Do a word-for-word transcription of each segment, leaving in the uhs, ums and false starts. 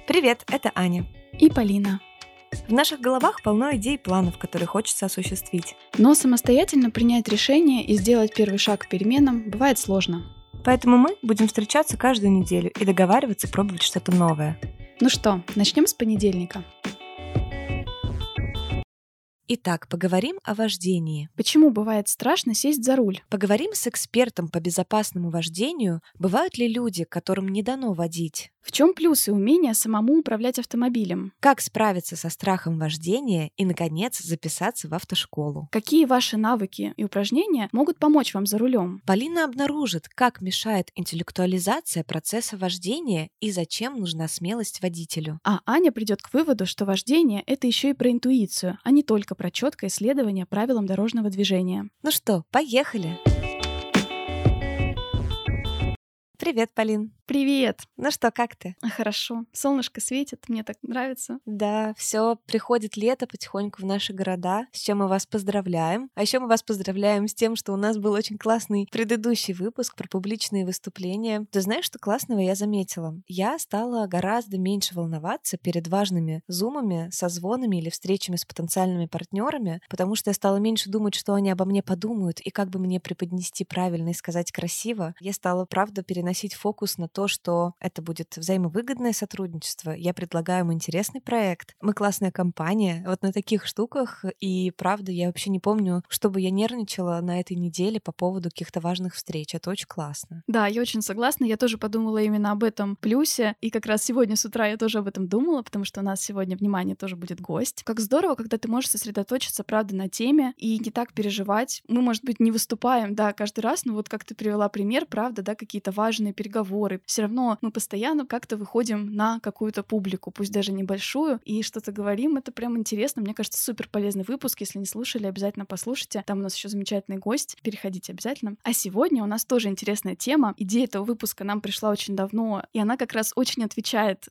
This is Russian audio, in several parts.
Привет, это Аня. И Полина. В наших головах полно идей и планов, которые хочется осуществить. Но самостоятельно принять решение и сделать первый шаг к переменам бывает сложно. Поэтому мы будем встречаться каждую неделю и договариваться пробовать что-то новое. Ну что, начнем с понедельника. Итак, поговорим о вождении. Почему бывает страшно сесть за руль? Поговорим с экспертом по безопасному вождению, бывают ли люди, которым не дано водить. В чем плюсы умения самому управлять автомобилем? Как справиться со страхом вождения и, наконец, записаться в автошколу. Какие ваши навыки и упражнения могут помочь вам за рулем? Полина обнаружит, как мешает интеллектуализация процесса вождения и зачем нужна смелость водителю. А Аня придет к выводу, что вождение — это еще и про интуицию, а не только про четкое следование правилам дорожного движения. Ну что, поехали! Привет, Полин. Привет! Ну что, как ты? Хорошо. Солнышко светит, мне так нравится. Да, все, приходит лето потихоньку в наши города, с чем мы вас поздравляем. А еще мы вас поздравляем с тем, что у нас был очень классный предыдущий выпуск про публичные выступления. Ты знаешь, что классного я заметила? Я стала гораздо меньше волноваться перед важными зумами, созвонами или встречами с потенциальными партнерами, потому что я стала меньше думать, что они обо мне подумают и как бы мне преподнести правильно и сказать красиво. Я стала, правда, переносить фокус на то, что это будет взаимовыгодное сотрудничество. Я предлагаю им интересный проект. Мы классная компания. Вот на таких штуках. И правда, я вообще не помню, чтобы я нервничала на этой неделе по поводу каких-то важных встреч. Это очень классно. Да, я очень согласна. Я тоже подумала именно об этом плюсе. И как раз сегодня с утра я тоже об этом думала, потому что у нас сегодня, внимание, тоже будет гость. Как здорово, когда ты можешь сосредоточиться, правда, на теме и не так переживать. Мы, может быть, не выступаем, да, каждый раз, но вот как ты привела пример, правда, да, какие-то важные переговоры. Все равно мы постоянно как-то выходим на какую-то публику, пусть даже небольшую, и что-то говорим. Это прям интересно. Мне кажется, супер полезный выпуск. Если не слушали, обязательно послушайте. Там у нас еще замечательный гость. Переходите обязательно. А сегодня у нас тоже интересная тема. Идея этого выпуска нам пришла очень давно, и она как раз очень отвечает,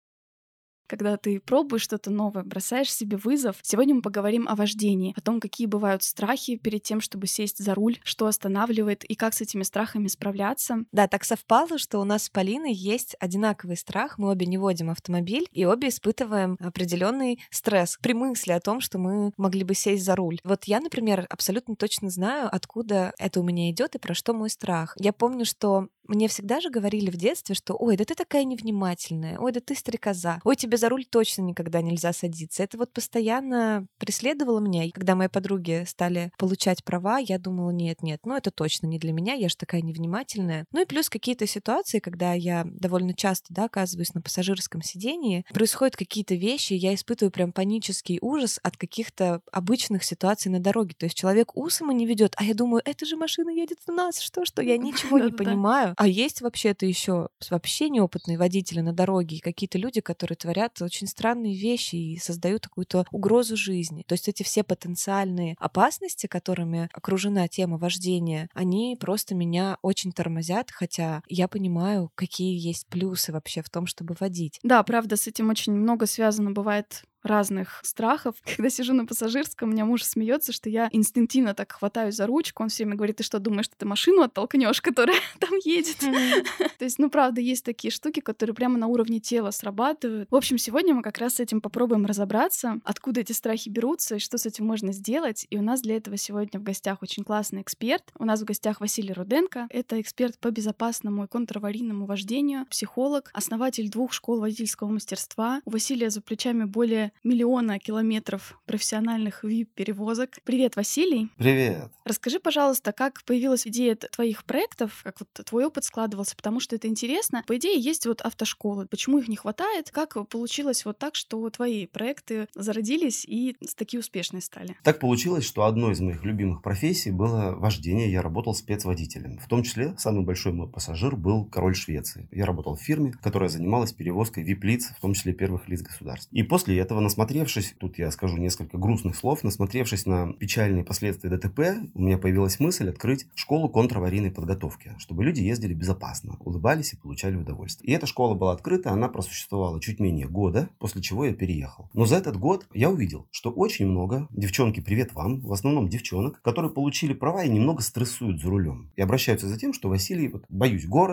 когда ты пробуешь что-то новое, бросаешь себе вызов. Сегодня мы поговорим о вождении, о том, какие бывают страхи перед тем, чтобы сесть за руль, что останавливает и как с этими страхами справляться. Да, так совпало, что у нас с Полиной есть одинаковый страх. Мы обе не водим автомобиль и обе испытываем определенный стресс при мысли о том, что мы могли бы сесть за руль. Вот я, например, абсолютно точно знаю, откуда это у меня идет и про что мой страх. Я помню, что мне всегда же говорили в детстве, что «Ой, да ты такая невнимательная, ой, да ты стрекоза, ой, тебе за руль точно никогда нельзя садиться». Это вот постоянно преследовало меня. И когда мои подруги стали получать права, я думала, нет-нет, ну это точно не для меня, я же такая невнимательная. Ну и плюс какие-то ситуации, когда я довольно часто, да, оказываюсь на пассажирском сидении, происходят какие-то вещи, я испытываю прям панический ужас от каких-то обычных ситуаций на дороге. То есть человек усом не ведет, а я думаю, эта же машина едет в нас, что, что, я ничего не понимаю. А есть вообще-то еще вообще неопытные водители на дороге и какие-то люди, которые творят очень странные вещи и создают какую-то угрозу жизни. То есть эти все потенциальные опасности, которыми окружена тема вождения, они просто меня очень тормозят, хотя я понимаю, какие есть плюсы вообще в том, чтобы водить. Да, правда, с этим очень много связано бывает разных страхов. Когда сижу на пассажирском, у меня муж смеется, что я инстинктивно так хватаюсь за ручку. Он все время говорит: ты что, думаешь, что ты машину оттолкнешь, которая там едет? То есть, ну, правда, есть такие штуки, которые прямо на уровне тела срабатывают. В общем, сегодня мы как раз с этим попробуем разобраться, откуда эти страхи берутся и что с этим можно сделать. И у нас для этого сегодня в гостях очень классный эксперт. У нас в гостях Василий Руденко. Это эксперт по безопасному и контраварийному вождению, психолог, основатель двух школ водительского мастерства. У Василия за плечами более миллиона километров профессиональных ви ай пи-перевозок. Привет, Василий. Привет. Расскажи, пожалуйста, как появилась идея твоих проектов, как вот твой опыт складывался, потому что это интересно. По идее, есть вот автошколы. Почему их не хватает? Как получилось вот так, что твои проекты зародились и такие успешные стали? Так получилось, что одной из моих любимых профессий было вождение. Я работал спецводителем. В том числе самый большой мой пассажир был король Швеции. Я работал в фирме, которая занималась перевозкой ви ай пи-лиц, в том числе первых лиц государств. И после этого, насмотревшись, тут я скажу несколько грустных слов, насмотревшись на печальные последствия ДТП, у меня появилась мысль открыть школу контраварийной подготовки, чтобы люди ездили безопасно, улыбались и получали удовольствие. И эта школа была открыта, она просуществовала чуть менее года, после чего я переехал. Но за этот год я увидел, что очень много, девчонки, привет вам, в основном девчонок, которые получили права и немного стрессуют за рулем. И обращаются за тем, что Василий, вот, боюсь города,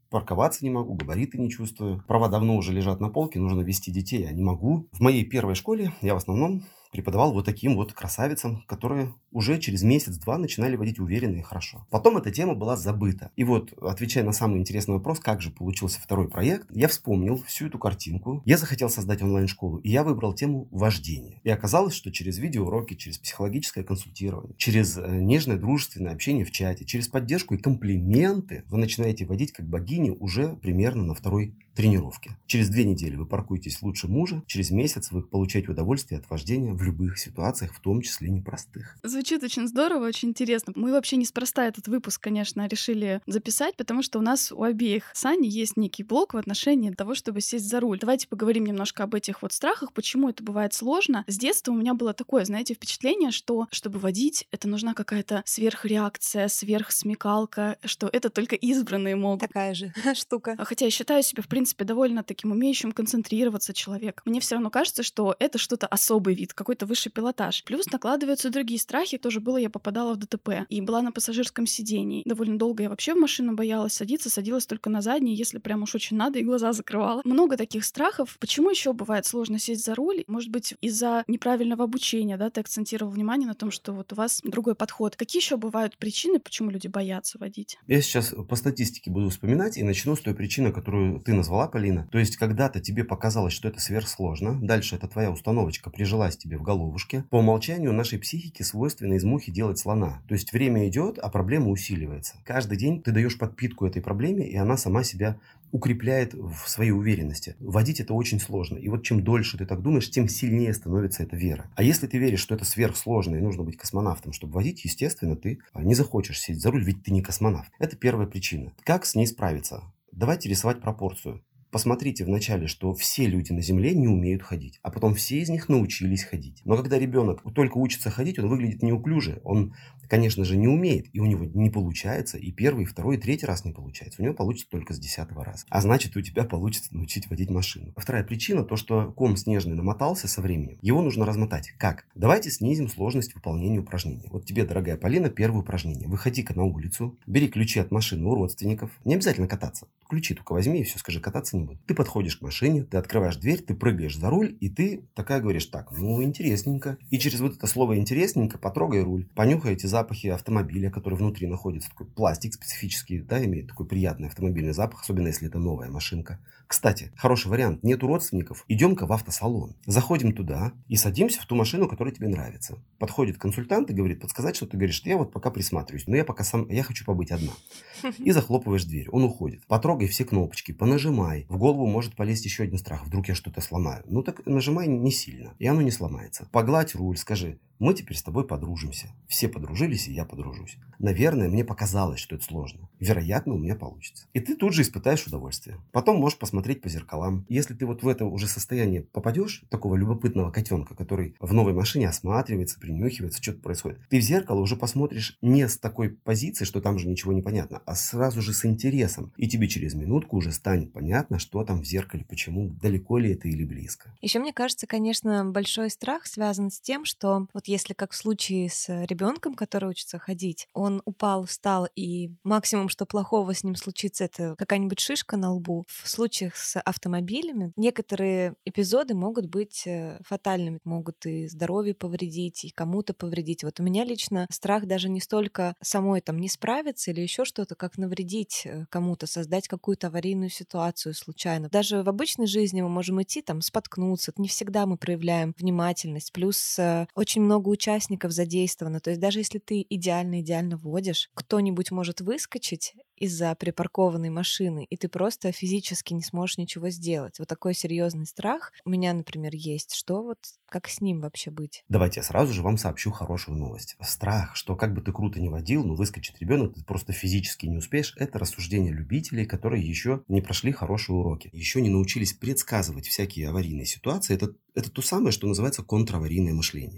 парковаться не могу, габариты не чувствую. Права давно уже лежат на полке, нужно вести детей, а не могу. В моей первой школе я в основном преподавал вот таким вот красавицам, которые уже через месяц-два начинали водить уверенно и хорошо. Потом эта тема была забыта. И вот, отвечая на самый интересный вопрос, как же получился второй проект, я вспомнил всю эту картинку. Я захотел создать онлайн-школу, и я выбрал тему вождения. И оказалось, что через видеоуроки, через психологическое консультирование, через нежное дружественное общение в чате, через поддержку и комплименты вы начинаете водить как богини уже примерно на второй тренировке. Через две недели вы паркуетесь лучше мужа, через месяц вы получаете удовольствие от вождения в любых ситуациях, в том числе непростых. Звучит очень здорово, очень интересно. Мы вообще неспроста этот выпуск, конечно, решили записать, потому что у нас у обеих с Аней есть некий блок в отношении того, чтобы сесть за руль. Давайте поговорим немножко об этих вот страхах, почему это бывает сложно. С детства у меня было такое, знаете, впечатление, что чтобы водить, это нужна какая-то сверхреакция, сверхсмекалка, что это только избранные могут. Такая же штука. Хотя я считаю себя, в принципе, довольно таким умеющим концентрироваться человек. Мне все равно кажется, что это что-то особый вид, какой-то высший пилотаж. Плюс накладываются другие страхи. Тоже было, я попадала в ДТП и была на пассажирском сидении. Довольно долго я вообще в машину боялась садиться, садилась только на задний, если прям уж очень надо, и глаза закрывала. Много таких страхов. Почему еще бывает сложно сесть за руль? Может быть, из-за неправильного обучения, да, ты акцентировал внимание на том, что вот у вас другой подход. Какие еще бывают причины, почему люди боятся водить? Я сейчас по статистике буду вспоминать и начну с той причины, которую ты назвала, Полина. То есть, когда-то тебе показалось, что это сверхсложно, дальше эта твоя установочка прижилась тебе в головушке. По умолчанию нашей психике свойственно из мухи делать слона. То есть, время идет, а проблема усиливается. Каждый день ты даешь подпитку этой проблеме, и она сама себя укрепляет в своей уверенности. Водить это очень сложно. И вот чем дольше ты так думаешь, тем сильнее становится эта вера. А если ты веришь, что это сверхсложно и нужно быть космонавтом, чтобы водить, естественно, ты не захочешь сесть за руль, ведь ты не космонавт. Это первая причина. Как с ней справиться? Давайте рисовать пропорцию. Посмотрите вначале, что все люди на Земле не умеют ходить, а потом все из них научились ходить. Но когда ребенок только учится ходить, он выглядит неуклюже. Он, конечно же, не умеет, и у него не получается, и первый, и второй, и третий раз не получается. У него получится только с десятого раза. А значит, у тебя получится научить водить машину. Вторая причина, то, что ком снежный намотался со временем, его нужно размотать. Как? Давайте снизим сложность выполнения упражнений. Вот тебе, дорогая Полина, первое упражнение. Выходи-ка на улицу, бери ключи от машины у родственников. Не обязательно кататься. Ключи только возьми и все, скажи, кататься не буду. Ты подходишь к машине, ты открываешь дверь, ты прыгаешь за руль, и ты такая говоришь, так, ну, интересненько. И через вот это слово интересненько потрогай руль, понюхай эти запахи автомобиля, который внутри находится. Такой пластик специфический, да, имеет такой приятный автомобильный запах, особенно если это новая машинка. Кстати, хороший вариант. Нету родственников, идем-ка в автосалон. Заходим туда и садимся в ту машину, которая тебе нравится. Подходит консультант и говорит, подсказать, что ты говоришь, я вот пока присматриваюсь, но я пока сам, я хочу побыть одна. И захлопываешь дверь, он уходит. Потрогай все кнопочки, понажимай. В голову может полезть еще один страх, вдруг я что-то сломаю. Ну так нажимай не сильно, и оно не сломается. Погладь руль, скажи, мы теперь с тобой подружимся. Все подружились, и я подружусь. Наверное, мне показалось, что это сложно. Вероятно, у меня получится. И ты тут же испытаешь удовольствие. Потом можешь посмотреть по зеркалам. Если ты вот в это уже состояние попадешь, такого любопытного котенка, который в новой машине осматривается, принюхивается, что-то происходит, ты в зеркало уже посмотришь не с такой позиции, что там же ничего не понятно, а сразу же с интересом. И тебе через минутку уже станет понятно, что там в зеркале, почему, далеко ли это или близко. Еще мне кажется, конечно, большой страх связан с тем, что вот если как в случае с ребенком, который учится ходить, он упал, встал, и максимум, что плохого с ним случится, это какая-нибудь шишка на лбу. В случаях с автомобилями некоторые эпизоды могут быть фатальными, могут и здоровье повредить, и кому-то повредить. Вот у меня лично страх даже не столько самой там не справиться или еще что-то, как навредить кому-то, создать какую-то аварийную ситуацию случайно. Даже в обычной жизни мы можем идти, там, споткнуться. Не всегда мы проявляем внимательность. Плюс очень много участников задействовано. То есть даже если ты идеально-идеально водишь, кто-нибудь может выскочить из-за припаркованной машины, и ты просто физически не сможешь ничего сделать. Вот такой серьезный страх у меня, например, есть. Что вот, как с ним вообще быть? Давайте я сразу же вам сообщу хорошую новость. Страх, что как бы ты круто не водил, но выскочит ребенок, ты просто физически не успеешь, это рассуждение любителей, которые еще не прошли хорошие уроки, еще не научились предсказывать всякие аварийные ситуации. Это, это то самое, что называется контраварийное мышление. Когда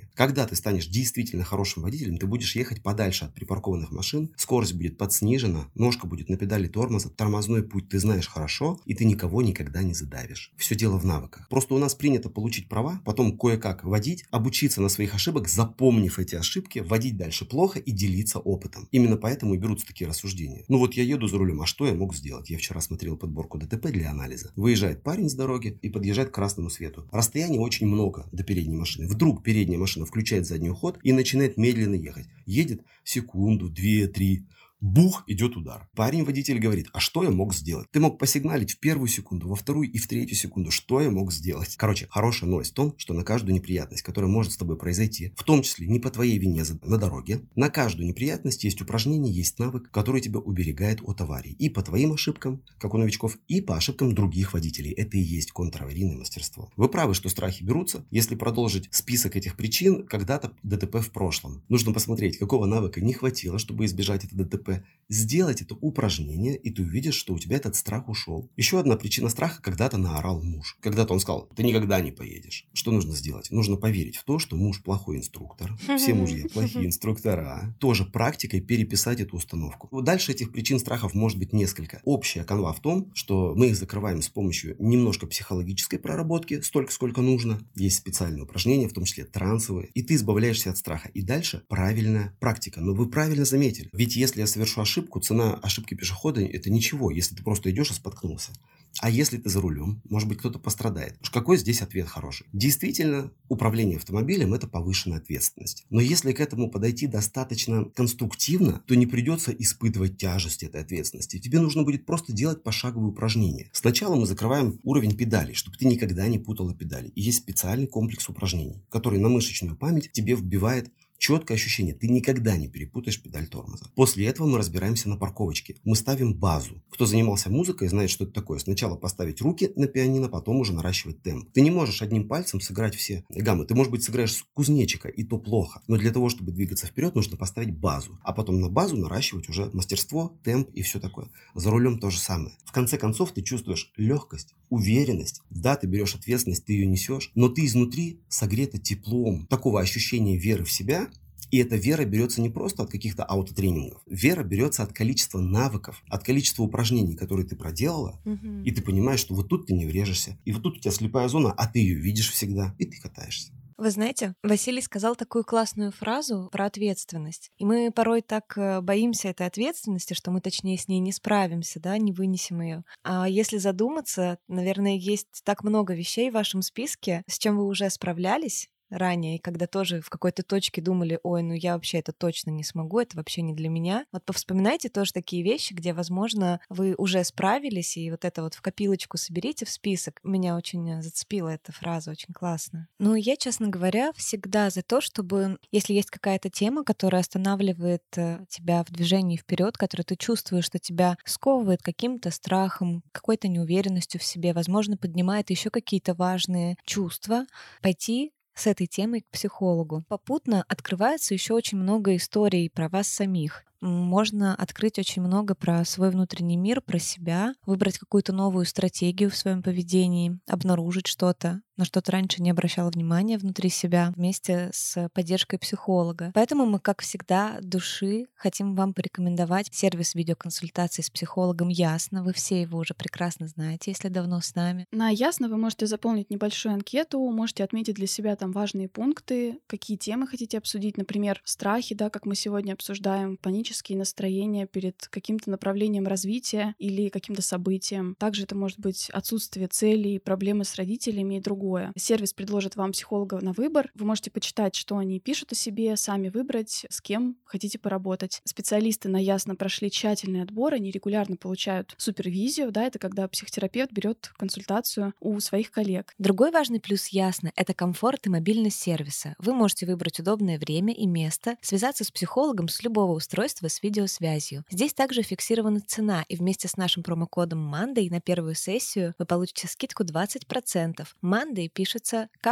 ты станешь действительно хорошим водителем, ты будешь ехать подальше от припаркованных машин, скорость будет подснижена, ножка будет на педали тормоза, тормозной путь ты знаешь хорошо, и ты никого никогда не задавишь. Все дело в навыках. Просто у нас принято получить права, потом кое-как водить, обучиться на своих ошибках, запомнив эти ошибки, водить дальше плохо и делиться опытом. Именно поэтому и берутся такие рассуждения. Ну вот я еду за рулем, а что я мог сделать? Я вчера смотрел подборку ДТП для анализа. Выезжает парень с дороги и подъезжает к красному свету. Расстояние очень много до передней машины. Вдруг передняя машина включает задний ход и начинает медленно ехать. Едет секунду, две, три. Бух, идет удар. Парень-водитель говорит, а что я мог сделать? Ты мог посигналить в первую секунду, во вторую и в третью секунду. Что я мог сделать? Короче, хорошая новость в том, что на каждую неприятность, которая может с тобой произойти, в том числе не по твоей вине на дороге, на каждую неприятность есть упражнение, есть навык, который тебя уберегает от аварий. И по твоим ошибкам, как у новичков, и по ошибкам других водителей. Это и есть контраварийное мастерство. Вы правы, что страхи берутся. Если продолжить список этих причин, когда-то ДТП в прошлом. Нужно посмотреть, какого навыка не хватило, чтобы избежать это ДТП. Сделать это упражнение, и ты увидишь, что у тебя этот страх ушел. Еще одна причина страха: когда-то наорал муж. Когда-то он сказал, ты никогда не поедешь. Что нужно сделать? Нужно поверить в то, что муж плохой инструктор. Все мужья плохие инструктора. Тоже практикой переписать эту установку. Дальше этих причин страхов может быть несколько. Общая канва в том, что мы их закрываем с помощью немножко психологической проработки, столько, сколько нужно. Есть специальные упражнения, в том числе трансовые. И ты избавляешься от страха. И дальше правильная практика. Но вы правильно заметили. Ведь если я совершу ошибку, цена ошибки пешехода – это ничего, если ты просто идешь и споткнулся. А если ты за рулем, может быть, кто-то пострадает. Уж какой здесь ответ хороший? Действительно, управление автомобилем – это повышенная ответственность. Но если к этому подойти достаточно конструктивно, то не придется испытывать тяжесть этой ответственности. Тебе нужно будет просто делать пошаговые упражнения. Сначала мы закрываем уровень педалей, чтобы ты никогда не путала педали. И есть специальный комплекс упражнений, который на мышечную память тебе вбивает четкое ощущение, ты никогда не перепутаешь педаль тормоза. После этого мы разбираемся на парковочке. Мы ставим базу. Кто занимался музыкой, знает, что это такое. Сначала поставить руки на пианино, потом уже наращивать темп. Ты не можешь одним пальцем сыграть все гаммы. Ты, может быть, сыграешь с кузнечика, и то плохо. Но для того, чтобы двигаться вперед, нужно поставить базу. А потом на базу наращивать уже мастерство, темп и все такое. За рулем то же самое. В конце концов, ты чувствуешь легкость, уверенность. Да, ты берешь ответственность, ты ее несешь, но ты изнутри согрета теплом. Такого ощущения веры в себя. И эта вера берется не просто от каких-то аутотренингов. Вера берется от количества навыков, от количества упражнений, которые ты проделала. Мгм. И ты понимаешь, что вот тут ты не врежешься. И вот тут у тебя слепая зона, а ты ее видишь всегда. И ты катаешься. Вы знаете, Василий сказал такую классную фразу про ответственность. И мы порой так э, боимся этой ответственности, что мы точнее с ней не справимся, да, не вынесем ее. А если задуматься, наверное, есть так много вещей в вашем списке, с чем вы уже справлялись ранее, и когда тоже в какой-то точке думали, ой, ну я вообще это точно не смогу, это вообще не для меня. Вот повспоминайте тоже такие вещи, где, возможно, вы уже справились, и вот это вот в копилочку соберите в список. Меня очень зацепила эта фраза, очень классно. Ну, я, честно говоря, всегда за то, чтобы, если есть какая-то тема, которая останавливает э, тебя в движении вперед, которую ты чувствуешь, что тебя сковывает каким-то страхом, какой-то неуверенностью в себе, возможно, поднимает еще какие-то важные чувства, пойти с этой темой к психологу. Попутно открывается еще очень много историй про вас самих. М, Можно открыть очень много про свой внутренний мир, про себя, выбрать какую-то новую стратегию в своем поведении, обнаружить что-то, на что ты раньше не обращала внимания внутри себя, вместе с поддержкой психолога. Поэтому мы, как всегда, от души хотим вам порекомендовать сервис видеоконсультации с психологом «Ясно». Вы все его уже прекрасно знаете, если давно с нами. На Ясно вы можете заполнить небольшую анкету, можете отметить для себя там важные пункты, какие темы хотите обсудить, например, страхи, да, как мы сегодня обсуждаем, панические настроения перед каким-то направлением развития или каким-то событием. Также это может быть отсутствие целей, проблемы с родителями и другое. Сервис предложит вам психолога на выбор. Вы можете почитать, что они пишут о себе, сами выбрать, с кем хотите поработать. Специалисты на Ясно прошли тщательный отбор, они регулярно получают супервизию, да, это когда психотерапевт берет консультацию у своих коллег. Другой важный плюс «Ясно» — это комфорт и мобильность сервиса. Вы можете выбрать удобное время и место, связаться с психологом с любого устройства с видеосвязью. Здесь также фиксирована цена, и вместе с нашим промокодом Monday на первую сессию вы получите скидку двадцать процентов. Monday пишется как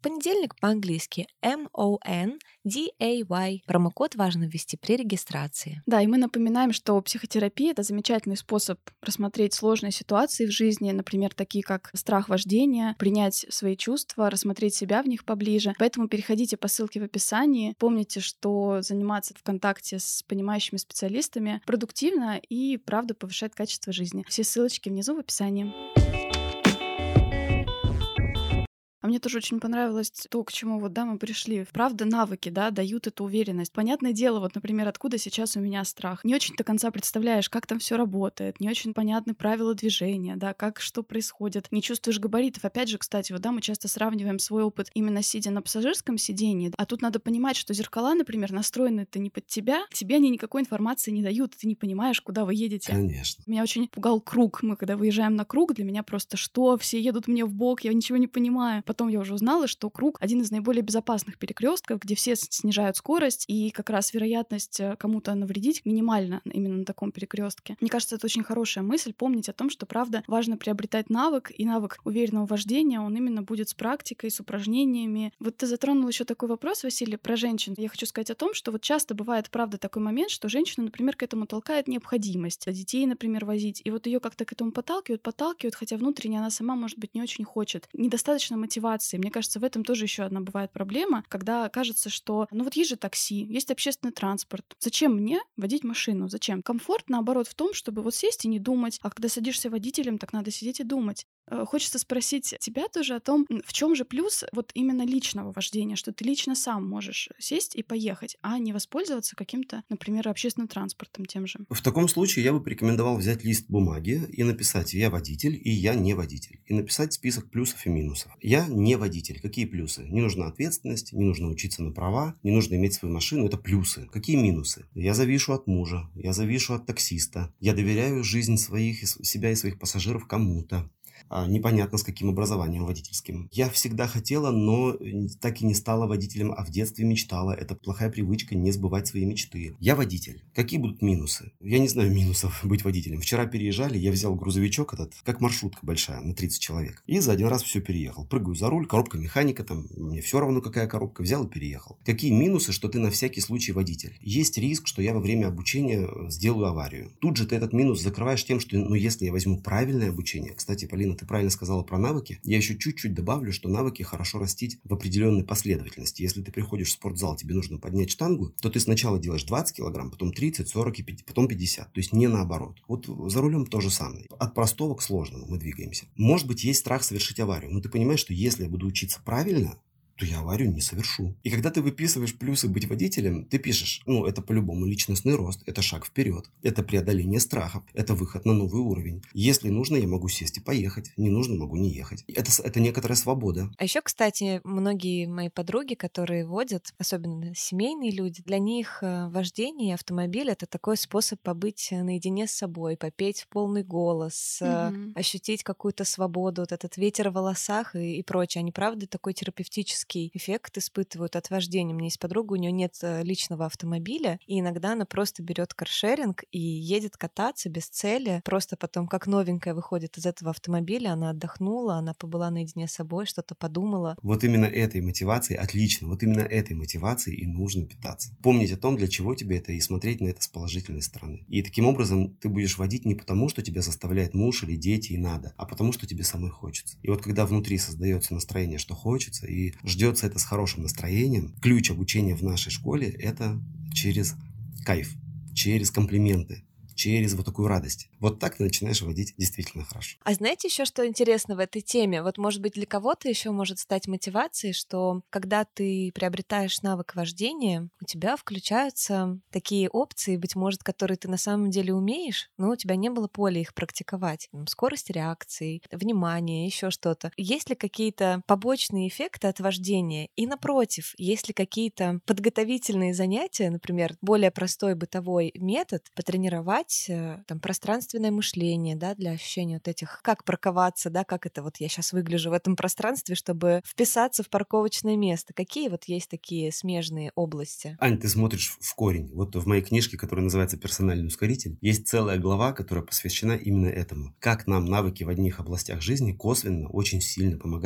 Понедельник по-английски эм о эн ди эй уай. Промокод важно ввести при регистрации. Да, и мы напоминаем, что психотерапия — это замечательный способ рассмотреть сложные ситуации в жизни, например, такие как страх вождения, принять свои чувства, рассмотреть себя в них поближе. Поэтому переходите по ссылке в описании. Помните, что заниматься в контакте с понимающими специалистами продуктивно и, правда, повышает качество жизни. Все ссылочки внизу в описании. А мне тоже очень понравилось то, к чему вот, да, мы пришли. Правда, навыки, да, дают эту уверенность. Понятное дело, вот, например, откуда сейчас у меня страх. Не очень до конца представляешь, как там все работает, не очень понятны правила движения, да, как что происходит. Не чувствуешь габаритов. Опять же, кстати, вот, да, мы часто сравниваем свой опыт именно сидя на пассажирском сидении, а тут надо понимать, что зеркала, например, настроены-то не под тебя, тебе они никакой информации не дают, ты не понимаешь, куда вы едете. Конечно. Меня очень пугал круг. Мы, когда выезжаем на круг, для меня просто что? Все едут мне в бок, я ничего не понимаю. Потом я уже узнала, что круг — один из наиболее безопасных перекрестков, где все снижают скорость, и как раз вероятность кому-то навредить минимальна именно на таком перекрестке. Мне кажется, это очень хорошая мысль — помнить о том, что, правда, важно приобретать навык, и навык уверенного вождения, он именно будет с практикой, с упражнениями. Вот ты затронул еще такой вопрос, Василий, про женщин. Я хочу сказать о том, что вот часто бывает, правда, такой момент, что женщину, например, к этому толкает необходимость. Детей, например, возить. И вот ее как-то к этому подталкивают, подталкивают, хотя внутренне она сама, может быть, не очень хочет. Недостаточно мотивации. Мне кажется, в этом тоже еще одна бывает проблема, когда кажется, что ну вот есть же такси, есть общественный транспорт. Зачем мне водить машину? Зачем? Комфорт, наоборот, в том, чтобы вот сесть и не думать. А когда садишься водителем, так надо сидеть и думать. Хочется спросить тебя тоже о том, в чем же плюс вот именно личного вождения, что ты лично сам можешь сесть и поехать, а не воспользоваться каким-то, например, общественным транспортом тем же. В таком случае я бы порекомендовал взять лист бумаги и написать «я водитель» и «я не водитель». И написать список плюсов и минусов. Я не водитель. Какие плюсы? Не нужна ответственность, не нужно учиться на права, не нужно иметь свою машину. Это плюсы. Какие минусы? Я завишу от мужа, я завишу от таксиста, я доверяю жизнь своих, себя и своих пассажиров кому-то. Непонятно, с каким образованием водительским. Я всегда хотела, но так и не стала водителем, а в детстве мечтала. Это плохая привычка не сбывать свои мечты. Я водитель. Какие будут минусы? Я не знаю минусов быть водителем. Вчера переезжали, я взял грузовичок этот, как маршрутка большая, на тридцать человек. И за один раз все переехал. Прыгаю за руль, коробка механика, там мне все равно какая коробка, взял и переехал. Какие минусы, что ты на всякий случай водитель? Есть риск, что я во время обучения сделаю аварию. Тут же ты этот минус закрываешь тем, что ну если я возьму правильное обучение, кстати, Полина, ты правильно сказала про навыки. Я еще чуть-чуть добавлю, что навыки хорошо растить в определенной последовательности. Если ты приходишь в спортзал, тебе нужно поднять штангу, то ты сначала делаешь двадцать килограмм, потом тридцать, сорок, потом пятьдесят. То есть не наоборот. Вот за рулем то же самое. От простого к сложному мы двигаемся. Может быть, есть страх совершить аварию, но ты понимаешь, что если я буду учиться правильно, то я аварию не совершу. И когда ты выписываешь плюсы быть водителем, ты пишешь, ну, это по-любому личностный рост, это шаг вперед, это преодоление страхов, это выход на новый уровень. Если нужно, я могу сесть и поехать, не нужно, могу не ехать. Это, это некоторая свобода. А еще, кстати, многие мои подруги, которые водят, особенно семейные люди, для них вождение и автомобиль — это такой способ побыть наедине с собой, попеть в полный голос, mm-hmm. ощутить какую-то свободу, вот этот ветер в волосах и, и прочее. Они, правда, такой терапевтический эффект испытывают от вождения. У меня есть подруга, у нее нет личного автомобиля, и иногда она просто берет каршеринг и едет кататься без цели. Просто потом, как новенькая, выходит из этого автомобиля, она отдохнула, она побыла наедине с собой, что-то подумала. Вот именно этой мотивацией, отлично, вот именно этой мотивацией и нужно питаться. Помнить о том, для чего тебе это, и смотреть на это с положительной стороны. И таким образом ты будешь водить не потому, что тебя заставляет муж или дети и надо, а потому, что тебе самой хочется. И вот когда внутри создается настроение, что хочется, и ждется это с хорошим настроением, ключ обучения в нашей школе — это через кайф, через комплименты, через вот такую радость. Вот так ты начинаешь водить действительно хорошо. А знаете еще, что интересно в этой теме? Вот, может быть, для кого-то еще может стать мотивацией, что когда ты приобретаешь навык вождения, у тебя включаются такие опции, быть может, которые ты на самом деле умеешь, но у тебя не было поля их практиковать. Скорость реакции, внимание, еще что-то. Есть ли какие-то побочные эффекты от вождения? И напротив, есть ли какие-то подготовительные занятия, например, более простой бытовой метод потренировать там пространственное мышление, да, для ощущения вот этих, как парковаться, да, как это вот я сейчас выгляжу в этом пространстве, чтобы вписаться в парковочное место. Какие вот есть такие смежные области? Ань, ты смотришь в корень. Вот в моей книжке, которая называется «Персональный ускоритель», есть целая глава, которая посвящена именно этому. Как нам навыки в одних областях жизни косвенно очень сильно помогают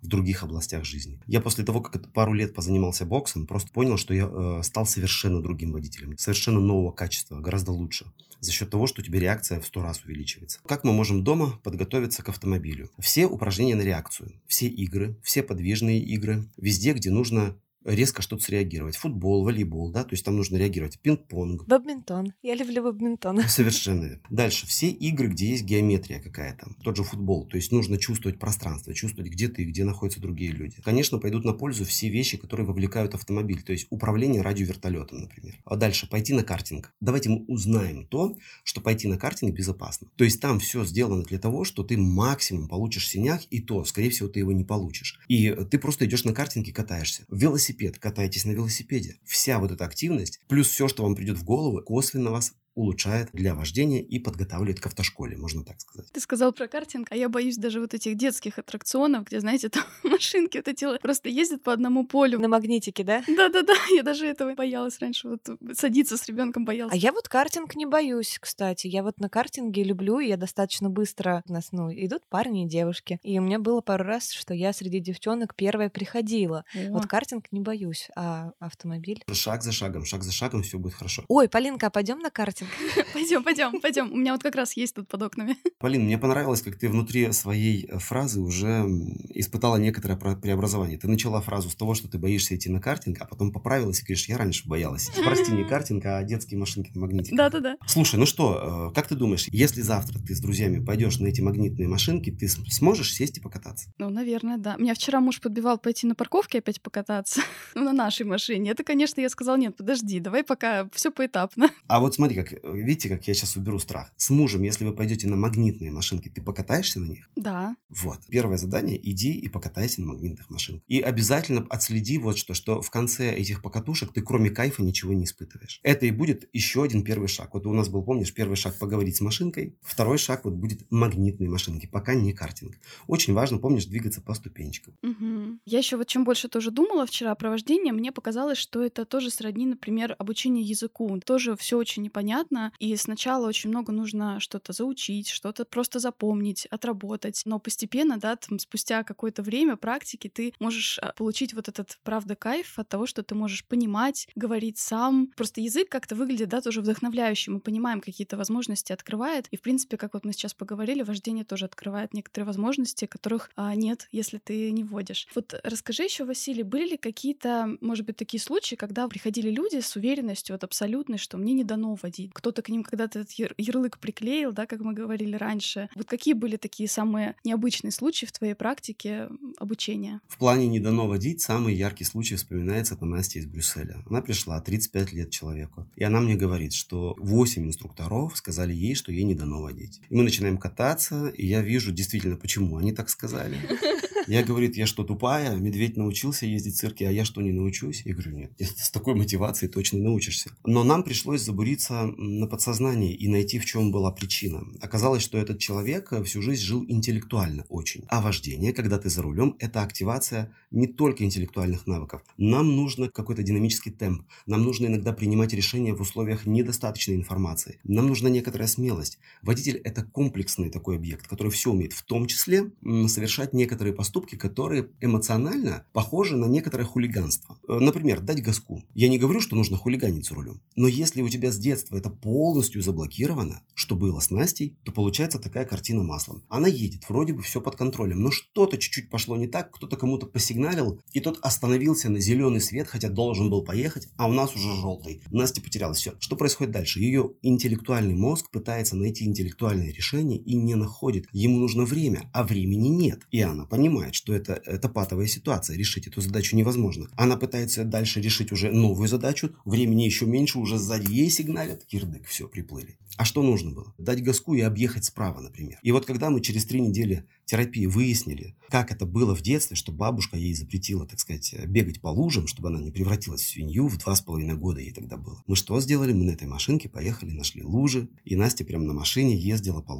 в других областях жизни. Я после того, как пару лет позанимался боксом, просто понял, что я э, стал совершенно другим водителем, совершенно нового качества, гораздо лучше, за счет того, что у тебя реакция в сто раз увеличивается. Как мы можем дома подготовиться к автомобилю? Все упражнения на реакцию, все игры, все подвижные игры, везде, где нужно резко что-то среагировать. Футбол, волейбол, да, то есть там нужно реагировать. Пинг-понг. Бадминтон. Я люблю бадминтон. Совершенно верно. Дальше. Все игры, где есть геометрия какая-то. Тот же футбол. То есть нужно чувствовать пространство, чувствовать, где ты, где находятся другие люди. Конечно, пойдут на пользу все вещи, которые вовлекают автомобиль. То есть управление радиовертолетом, например. А дальше пойти на картинг. Давайте мы узнаем то, что пойти на картинг безопасно. То есть там все сделано для того, что ты максимум получишь синяк, и то, скорее всего, ты его не получишь. И ты просто идешь на картинге, катаешься. Велосипед. Катаетесь на велосипеде. Вся вот эта активность, плюс все, что вам придет в голову, косвенно вас улучшает для вождения и подготавливает к автошколе, можно так сказать. Ты сказал про картинг, а я боюсь даже вот этих детских аттракционов, где, знаете, там машинки вот эти просто ездят по одному полю. На магнитике, да? Да-да-да, я даже этого боялась раньше, вот садиться с ребенком боялась. А я вот картинг не боюсь, кстати. Я вот на картинге люблю, и я достаточно быстро, у нас, ну, идут парни и девушки. И у меня было пару раз, что я среди девчонок первая приходила. О. Вот картинг не боюсь, а автомобиль? Шаг за шагом, шаг за шагом, все будет хорошо. Ой, Полинка, а пойдем на картинг? Пойдем, пойдем, пойдем. У меня вот как раз есть тут под окнами. Полин, мне понравилось, как ты внутри своей фразы уже испытала некоторое преобразование. Ты начала фразу с того, что ты боишься идти на картинг, а потом поправилась и говоришь, я раньше боялась. Прости, не картинг, а детские машинки на магнитиках. Да-да-да. Слушай, ну что, как ты думаешь, если завтра ты с друзьями пойдешь на эти магнитные машинки, ты сможешь сесть и покататься? Ну, наверное, да. Меня вчера муж подбивал пойти на парковке опять покататься. Ну, на нашей машине. Это, конечно, я сказала, нет, подожди, давай пока все поэтапно. А вот смотри, как видите, как я сейчас уберу страх. С мужем, если вы пойдете на магнитные машинки, ты покатаешься на них? Да. Вот. Первое задание – иди и покатайся на магнитных машинках. И обязательно отследи вот что, что в конце этих покатушек ты кроме кайфа ничего не испытываешь. Это и будет еще один первый шаг. Вот у нас был, помнишь, первый шаг – поговорить с машинкой. Второй шаг вот будет магнитные машинки, пока не картинг. Очень важно, помнишь, двигаться по ступенечкам. Угу. Я еще вот чем больше тоже думала вчера про вождение, мне показалось, что это тоже сродни, например, обучению языку. Тоже все очень непонятно, и сначала очень много нужно что-то заучить, что-то просто запомнить, отработать. Но постепенно, да, там, спустя какое-то время практики ты можешь получить вот этот, правда, кайф от того, что ты можешь понимать, говорить сам. Просто язык как-то выглядит, да, тоже вдохновляющим. Мы понимаем, какие-то возможности открывает. И, в принципе, как вот мы сейчас поговорили, вождение тоже открывает некоторые возможности, которых а, нет, если ты не вводишь. Вот расскажи еще, Василий, были ли какие-то, может быть, такие случаи, когда приходили люди с уверенностью вот абсолютной, что мне не дано водить. Кто-то к ним когда-то этот яр- ярлык приклеил, да, как мы говорили раньше. Вот какие были такие самые необычные случаи в твоей практике обучения? В плане «не дано водить» самый яркий случай вспоминается, это Настя из Брюсселя. Она пришла, тридцать пять лет человеку, и она мне говорит, что восемь инструкторов сказали ей, что ей не дано водить. И мы начинаем кататься, и я вижу действительно, почему они так сказали. Я, говорит, я что, тупая? Медведь научился ездить в цирке, а я что, не научусь? Я говорю, нет, с такой мотивацией точно научишься. Но нам пришлось забуриться на подсознание и найти, в чем была причина. Оказалось, что этот человек всю жизнь жил интеллектуально очень. А вождение, когда ты за рулем, это активация не только интеллектуальных навыков. Нам нужно какой-то динамический темп. Нам нужно иногда принимать решения в условиях недостаточной информации. Нам нужна некоторая смелость. Водитель – это комплексный такой объект, который все умеет, в том числе совершать некоторые поступки, которые эмоционально похожи на некоторое хулиганство. Например, дать газку. Я не говорю, что нужно хулиганить за рулем. Но если у тебя с детства это полностью заблокировано, что было с Настей, то получается такая картина маслом. Она едет, вроде бы все под контролем, но что-то чуть-чуть пошло не так, кто-то кому-то посигналил, и тот остановился на зеленый свет, хотя должен был поехать, а у нас уже желтый. Настя потерялась. Все. Что происходит дальше? Ее интеллектуальный мозг пытается найти интеллектуальное решение и не находит. Ему нужно время, а времени нет. И она понимает, что это, это патовая ситуация, решить эту задачу невозможно. Она пытается дальше решить уже новую задачу, времени еще меньше, уже сзади ей сигналят, кирдык, все, приплыли. А что нужно было? Дать газку и объехать справа, например. И вот когда мы через три недели терапии выяснили, как это было в детстве, что бабушка ей запретила, так сказать, бегать по лужам, чтобы она не превратилась в свинью, в два с половиной года ей тогда было. Мы что сделали? Мы на этой машинке поехали, нашли лужи, и Настя прямо на машине ездила по лужам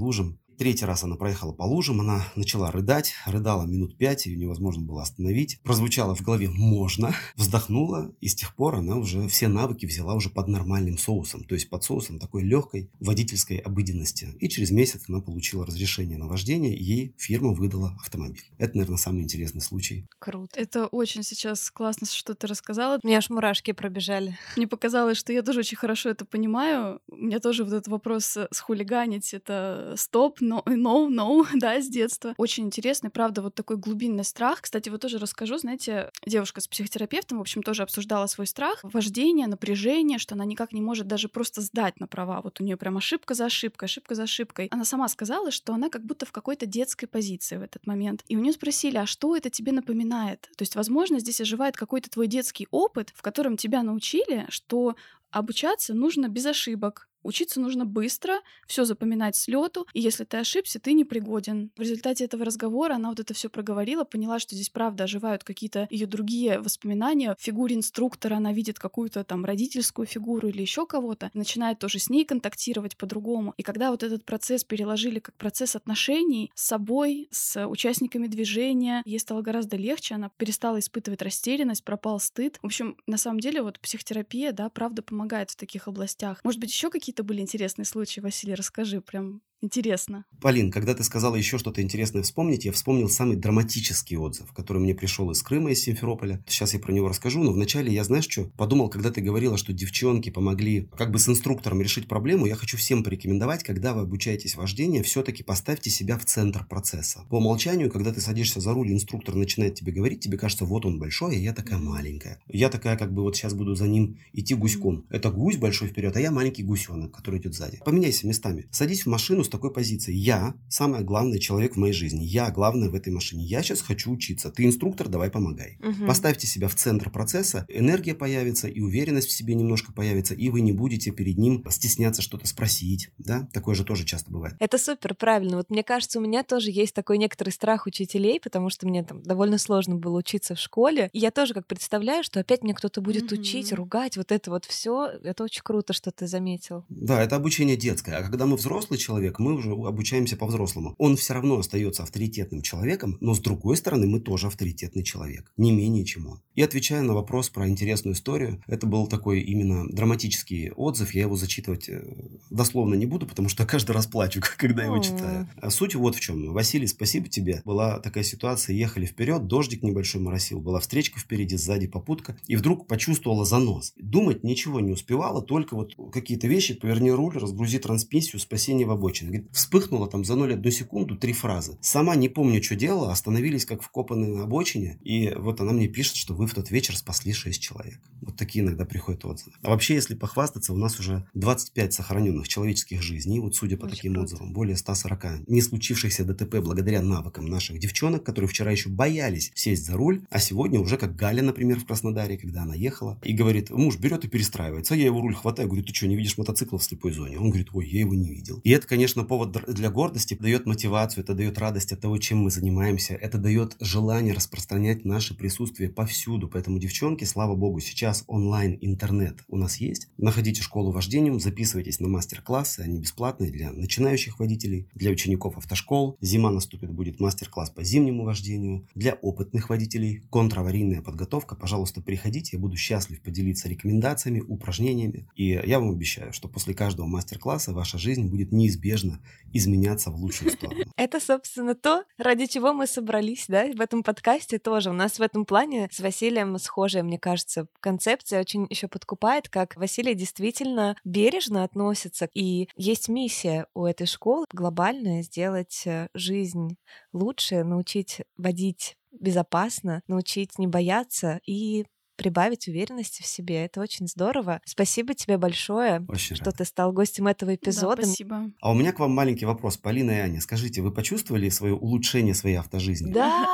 Третий раз она проехала по лужам, она начала рыдать, рыдала минут пять, ее невозможно было остановить. Прозвучало в голове «можно», вздохнула, и с тех пор она уже все навыки взяла уже под нормальным соусом, то есть под соусом такой легкой водительской обыденности. И через месяц она получила разрешение на вождение, и ей фирма выдала автомобиль. Это, наверное, самый интересный случай. Круто. Это очень сейчас классно, что ты рассказала. У меня аж мурашки пробежали. Мне показалось, что я тоже очень хорошо это понимаю. У меня тоже вот этот вопрос схулиганить — это стоп, no, no, no, да, с детства. Очень интересный, правда, вот такой глубинный страх. Кстати, вот тоже расскажу, знаете, девушка с психотерапевтом, в общем, тоже обсуждала свой страх, вождение, напряжение, что она никак не может даже просто сдать на права. Вот у нее прям ошибка за ошибкой, ошибка за ошибкой. Она сама сказала, что она как будто в какой-то детской позиции в этот момент. И у нее спросили, а что это тебе напоминает? То есть, возможно, здесь оживает какой-то твой детский опыт, в котором тебя научили, что обучаться нужно без ошибок. Учиться нужно быстро, все запоминать с лету, и если ты ошибся, ты непригоден. В результате этого разговора она вот это все проговорила, поняла, что здесь правда оживают какие-то ее другие воспоминания. В фигуре инструктора она видит какую-то там родительскую фигуру или еще кого-то, начинает тоже с ней контактировать по-другому. И когда вот этот процесс переложили как процесс отношений с собой, с участниками движения, ей стало гораздо легче, она перестала испытывать растерянность, пропал стыд. В общем, на самом деле вот психотерапия, да, правда помогает в таких областях. Может быть, еще какие-то Какие-то были интересные случаи, Василий, расскажи, прям интересно. Полин, когда ты сказала еще что-то интересное вспомнить, я вспомнил самый драматический отзыв, который мне пришел из Крыма, из Симферополя. Сейчас я про него расскажу, но вначале я, знаешь что, подумал, когда ты говорила, что девчонки помогли как бы с инструктором решить проблему, я хочу всем порекомендовать, когда вы обучаетесь вождению, все-таки поставьте себя в центр процесса. По умолчанию, когда ты садишься за руль, инструктор начинает тебе говорить, тебе кажется, вот он большой, а я такая маленькая. Я такая, как бы вот сейчас буду за ним идти гуськом. Это гусь большой вперед, а я маленький гусенок, который идет сзади. Поменяйся местами. Садись в машину с такой позиции. Я самый главный человек в моей жизни. Я главный в этой машине. Я сейчас хочу учиться. Ты инструктор, давай помогай. Угу. Поставьте себя в центр процесса. Энергия появится, и уверенность в себе немножко появится, и вы не будете перед ним стесняться что-то спросить. Да? Такое же тоже часто бывает. Это супер, правильно. Вот мне кажется, у меня тоже есть такой некоторый страх учителей, потому что мне там довольно сложно было учиться в школе. И я тоже как представляю, что опять мне кто-то будет Мгм. учить, ругать, вот это вот все. Это очень круто, что ты заметил. Да, это обучение детское. А когда мы взрослый человек, мы уже обучаемся по-взрослому. Он все равно остается авторитетным человеком, но с другой стороны, мы тоже авторитетный человек. Не менее, чем он. И отвечая на вопрос про интересную историю, это был такой именно драматический отзыв. Я его зачитывать э, дословно не буду, потому что каждый раз плачу, когда его О. читаю. А суть вот в чем. Василий, спасибо тебе. Была такая ситуация, ехали вперед, дождик небольшой моросил, была встречка впереди, сзади попутка, и вдруг почувствовала занос. Думать ничего не успевала, только вот какие-то вещи, поверни руль, разгрузи трансмиссию, спасение в обочине. Говорит, вспыхнуло там за ноль одну секунду три фразы. Сама не помню, что делала, остановились как вкопанные на обочине, и вот она мне пишет, что вы в тот вечер спасли шесть человек. Вот такие иногда приходят отзывы. А вообще, если похвастаться, у нас уже двадцать пять сохраненных человеческих жизней, вот судя по Очень таким круто. отзывам, более ста сорока не случившихся ДТП благодаря навыкам наших девчонок, которые вчера еще боялись сесть за руль, а сегодня уже как Галя, например, в Краснодаре, когда она ехала, и говорит, муж берет и перестраивается, а я его руль хватаю, говорю, ты что, не видишь мотоцикл в слепой зоне? Он говорит, ой, я его не видел. И это, конечно, повод для гордости, дает мотивацию, это дает радость от того, чем мы занимаемся, это дает желание распространять наше присутствие повсюду. Поэтому, девчонки, слава богу, сейчас онлайн интернет у нас есть. Находите школу вождения, записывайтесь на мастер-классы, они бесплатные для начинающих водителей, для учеников автошкол. Зима наступит, будет мастер-класс по зимнему вождению. Для опытных водителей контраварийная подготовка. Пожалуйста, приходите, я буду счастлив поделиться рекомендациями, упражнениями. И я вам обещаю, что после каждого мастер-класса ваша жизнь будет неизбежно изменяться в лучшую сторону. Это, собственно, то, ради чего мы собрались, да, в этом подкасте тоже. У нас в этом плане с Василием схожая, мне кажется, концепция очень еще подкупает, как Василий действительно бережно относится. И есть миссия у этой школы глобальная — сделать э, жизнь лучше, научить водить безопасно, научить не бояться и прибавить уверенности в себе. Это очень здорово. Спасибо тебе большое, Очень что рад. ты стал гостем этого эпизода. Да, спасибо. А у меня к вам маленький вопрос. Полина и Аня, скажите, вы почувствовали свое улучшение своей автожизни? Да, Да.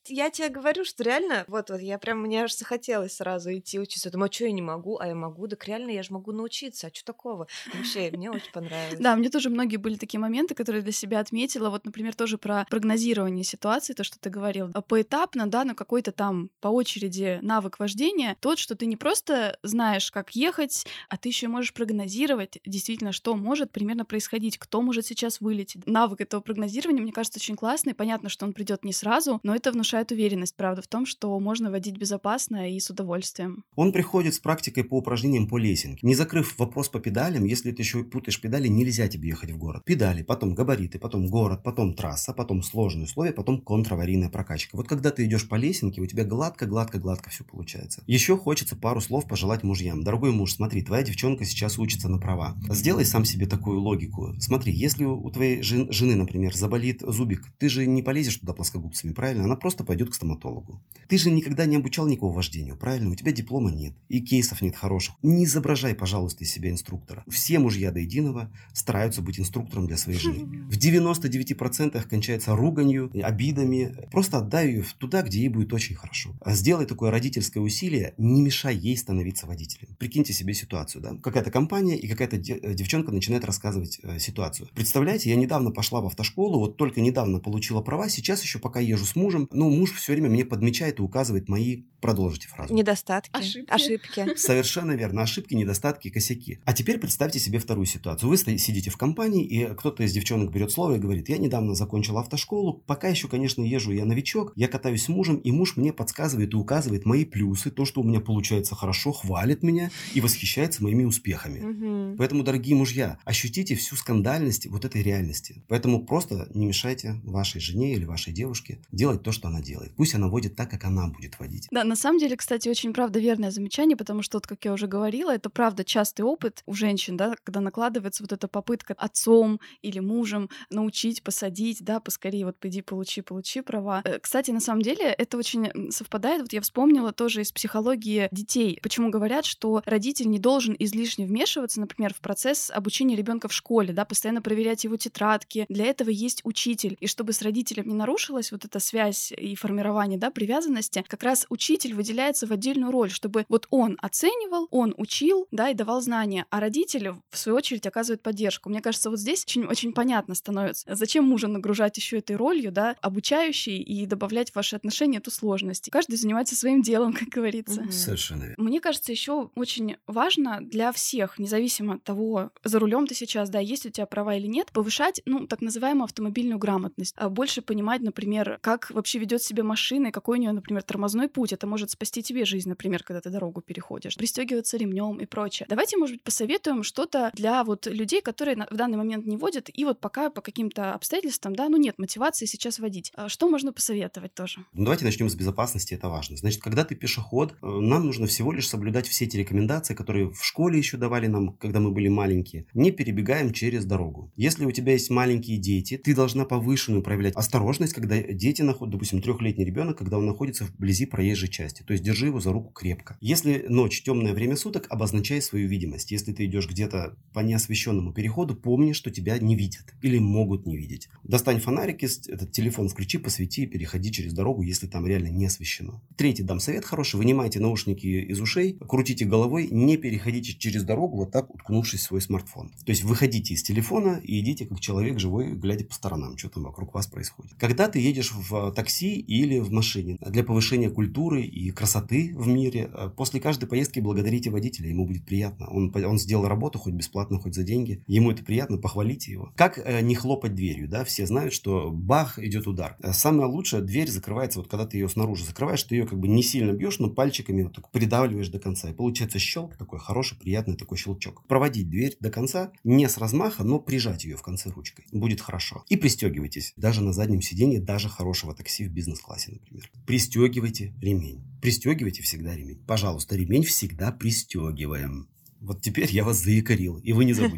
я тебе говорю, что реально, вот, вот я прям, мне аж захотелось сразу идти учиться. Я думаю, а что я не могу? А я могу, так реально я же могу научиться. А что такого? Вообще, мне очень понравилось. Да, мне тоже многие были такие моменты, которые для себя отметила. Вот, например, тоже про прогнозирование ситуации, то, что ты говорил. Поэтапно, да, на какой-то там по очереди навык вождения, тот, что ты не просто знаешь, как ехать, а ты еще можешь прогнозировать действительно, что может примерно происходить, кто может сейчас вылететь. Навык этого прогнозирования, мне кажется, очень классный. Понятно, что он придет не сразу, но это внушает уверенность, правда, в том, что можно водить безопасно и с удовольствием. Он приходит с практикой по упражнениям по лесенке. Не закрыв вопрос по педалям, если ты еще путаешь педали, нельзя тебе ехать в город. Педали, потом габариты, потом город, потом трасса, потом сложные условия, потом контраварийная прокачка. Вот когда ты идешь по лесенке, у тебя гладко-гладко-гладко все получается. Еще хочется пару слов пожелать мужьям. Дорогой муж, смотри, твоя девчонка сейчас учится на права. Сделай сам себе такую логику. Смотри, если у твоей жен, жены, например, заболит зубик, ты же не полезешь туда плоскогубцами, правильно? Она просто пойдет к стоматологу. Ты же никогда не обучал никого вождению, правильно? У тебя диплома нет, и кейсов нет хороших. Не изображай, пожалуйста, из себя инструктора. Все мужья до единого стараются быть инструктором для своей жены. В девяноста девяти процентах кончается руганью, обидами. Просто отдай ее туда, где ей будет очень хорошо. Сделай такое родительское усилие, не мешай ей становиться водителем. Прикиньте себе ситуацию, да? Какая-то компания и какая-то девчонка начинает рассказывать э, ситуацию. Представляете, я недавно пошла в автошколу, вот только недавно получила права, сейчас еще пока езжу с мужем, но муж все время мне подмечает и указывает мои, продолжите фразу. Недостатки. Ошибки. Ошибки. Совершенно верно. Ошибки, недостатки, косяки. А теперь представьте себе вторую ситуацию. Вы сидите в компании, и кто-то из девчонок берет слово и говорит: я недавно закончил автошколу, пока еще, конечно, езжу, я новичок, я катаюсь с мужем, и муж мне подсказывает и указывает мои плюсы, то, что у меня получается хорошо, хвалит меня и восхищается моими успехами. Угу. Поэтому, дорогие мужья, ощутите всю скандальность вот этой реальности. Поэтому просто не мешайте вашей жене или вашей девушке делать то, что она делает. Пусть она водит так, как она будет водить. Да, на самом деле, кстати, очень, правда, верное замечание, потому что, вот, как я уже говорила, это, правда, частый опыт у женщин, да, когда накладывается вот эта попытка отцом или мужем научить, посадить, да, поскорее вот пойди, получи, получи права. Кстати, на самом деле, это очень совпадает, вот я вспомнила тоже из психологии детей. Почему говорят, что родитель не должен излишне вмешиваться, например, в процесс обучения ребенка в школе, да, постоянно проверять его тетрадки. Для этого есть учитель. И чтобы с родителем не нарушилась вот эта связь и формирование, да, привязанности, как раз учитель выделяется в отдельную роль, чтобы вот он оценивал, он учил, да, и давал знания, а родитель, в свою очередь, оказывает поддержку. Мне кажется, вот здесь очень, очень понятно становится, зачем мужа нагружать еще этой ролью, да, обучающей, и добавлять в ваши отношения эту сложность. Каждый занимается своим делом, как говорится. Мгм. Совершенно верно. Мне кажется, еще очень важно для всех, независимо от того, за рулем ты сейчас, да, есть у тебя права или нет, повышать, ну, так называемую автомобильную грамотность. А больше понимать, например, как вообще ведет себя машина, и какой у нее, например, тормозной путь. Это может спасти тебе жизнь, например, когда ты дорогу переходишь. Пристегиваться ремнем и прочее. Давайте, может быть, посоветуем что-то для вот людей, которые на- в данный момент не водят, и вот пока по каким-то обстоятельствам, да, ну нет мотивации сейчас водить. А что можно посоветовать тоже? Ну, давайте начнем с безопасности, это важно. Значит, когда ты пешеход, э, нам нужно всего лишь соблюдать все эти рекомендации, которые в школе еще давали нам, когда мы были маленькие. Не перебегаем через дорогу. Если у тебя есть маленькие дети, ты должна повышенную проявлять осторожность, когда дети находят, допустим, трехлетний ребенок, когда он находится вблизи проезжей части. То есть держи его за руку крепко. Если ночь, темное время суток, обозначай свою видимость. Если ты идешь где-то по неосвещенному переходу, помни, что тебя не видят или могут не видеть. Достань фонарик, этот телефон включи, посвети, переходи через дорогу, если там реально не освещено. Третий дам совет хороший. Вынимайте наушники из ушей, крутите головой, не переходите через дорогу, вот так уткнувшись в свой смартфон. То есть выходите из телефона и идите как человек живой, глядя по сторонам, что там вокруг вас происходит. Когда ты едешь в такси или в машине, для повышения культуры и красоты в мире, после каждой поездки благодарите водителя, ему будет приятно. Он, он сделал работу хоть бесплатно, хоть за деньги. Ему это приятно, похвалите его. Как э, не хлопать дверью, да? Все знают, что бах, идет удар. Самое лучшее, дверь закрывается, вот когда ты ее снаружи закрываешь, ты ее как бы не сильно бьешь, но пальчиками вот так придавливаешь до конца. И получается щелк такой хороший, приятный такой щелчок. Проводить дверь до конца, не с размаха, но прижать ее в конце ручкой. Будет хорошо. И пристегивайтесь. Даже на заднем сиденье, даже хорошего такси в бизнес-классе, например. Пристегивайте ремень. Пристегивайте всегда ремень. Пожалуйста, ремень всегда пристегиваем. Вот теперь я вас заякорил, и вы не забудете.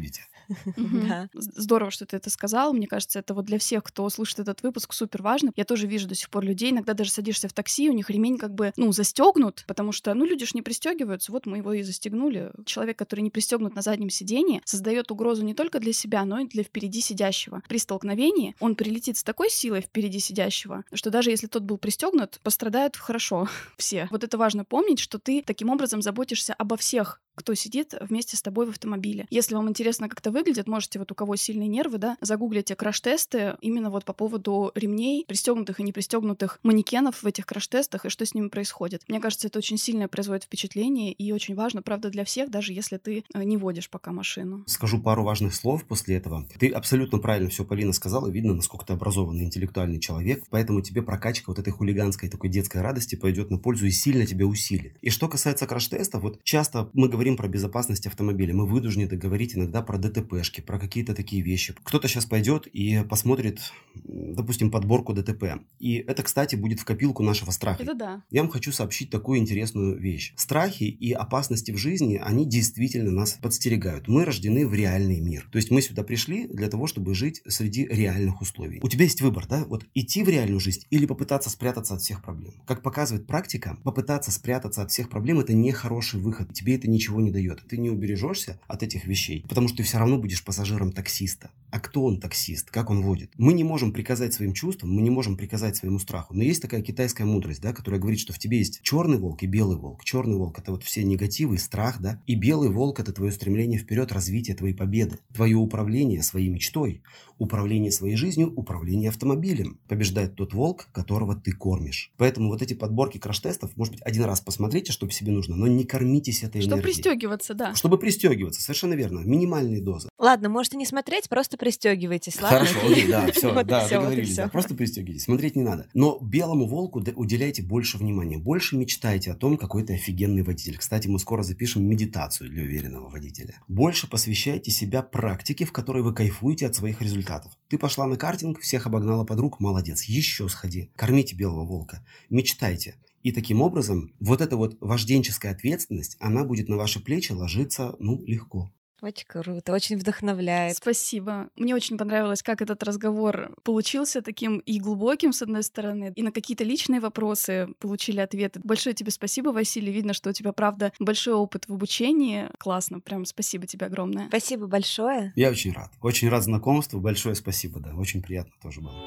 Да. Здорово, что ты это сказал. Мне кажется, это вот для всех, кто слушает этот выпуск, супер важно. Я тоже вижу до сих пор людей, иногда даже садишься в такси, у них ремень как бы, ну, застегнут, потому что, ну, люди ж не пристегиваются, вот мы его и застегнули. Человек, который не пристегнут на заднем сидении, создает угрозу не только для себя, но и для впереди сидящего. При столкновении он прилетит с такой силой впереди сидящего, что даже если тот был пристегнут, пострадают хорошо все. Вот это важно помнить, что ты таким образом заботишься обо всех, кто сидит вместе с тобой в автомобиле. Если вам интересно, как это выглядит, можете вот у кого сильные нервы, да, загуглите краш-тесты именно вот по поводу ремней, пристегнутых и не пристегнутых манекенов в этих краш-тестах и что с ними происходит. Мне кажется, это очень сильное производит впечатление и очень важно, правда, для всех, даже если ты не водишь пока машину. Скажу пару важных слов после этого. Ты абсолютно правильно все, Полина, сказала. Видно, насколько ты образованный, интеллектуальный человек, поэтому тебе прокачка вот этой хулиганской такой детской радости пойдет на пользу и сильно тебя усилит. И что касается краш-тестов, вот часто мы говорим про безопасность автомобиля. Мы вынуждены говорить иногда про ДТПшки, про какие-то такие вещи. Кто-то сейчас пойдет и посмотрит, допустим, подборку ДТП. И это, кстати, будет в копилку нашего страха. Это да. Я вам хочу сообщить такую интересную вещь. Страхи и опасности в жизни, они действительно нас подстерегают. Мы рождены в реальный мир. То есть мы сюда пришли для того, чтобы жить среди реальных условий. У тебя есть выбор, да? Вот идти в реальную жизнь или попытаться спрятаться от всех проблем. Как показывает практика, попытаться спрятаться от всех проблем – это не хороший выход. Тебе это ничего не дает. Ты не убережешься от этих вещей, потому что ты все равно будешь пассажиром таксиста. А кто он таксист? Как он водит? Мы не можем приказать своим чувствам, мы не можем приказать своему страху. Но есть такая китайская мудрость, да, которая говорит, что в тебе есть черный волк и белый волк. Черный волк – это вот все негативы, страх, да, и белый волк – это твое стремление вперед, развитие твоей победы, твое управление своей мечтой, управление своей жизнью, управление автомобилем. Побеждает тот волк, которого ты кормишь. Поэтому вот эти подборки краш-тестов, может быть, один раз посмотрите, что себе нужно, но не кормитесь этой Чтобы энергией. пристегиваться, да. Чтобы пристегиваться, совершенно верно. Минимальные дозы. Ладно, можете не смотреть, просто пристегивайтесь, ладно? Хорошо, окей, да, все, Вот и да, всё, вот и договорились, всё. да, просто пристегивайтесь, смотреть не надо. Но белому волку д- уделяйте больше внимания, больше мечтайте о том, какой ты офигенный водитель. Кстати, мы скоро запишем медитацию для уверенного водителя. Больше посвящайте себя практике, в которой вы кайфуете от своих результатов. Ты пошла на картинг, всех обогнала подруг, молодец, еще сходи. Кормите белого волка, мечтайте. И таким образом, вот эта вот вожденческая ответственность, она будет на ваши плечи ложиться, ну, легко. Очень круто, очень вдохновляет. Спасибо. Мне очень понравилось, как этот разговор получился таким и глубоким, с одной стороны, и на какие-то личные вопросы получили ответы. Большое тебе спасибо, Василий. Видно, что у тебя, правда, большой опыт в обучении. Классно. Прям спасибо тебе огромное. Спасибо большое. Я очень рад. Очень рад знакомству. Большое спасибо, да. Очень приятно тоже было.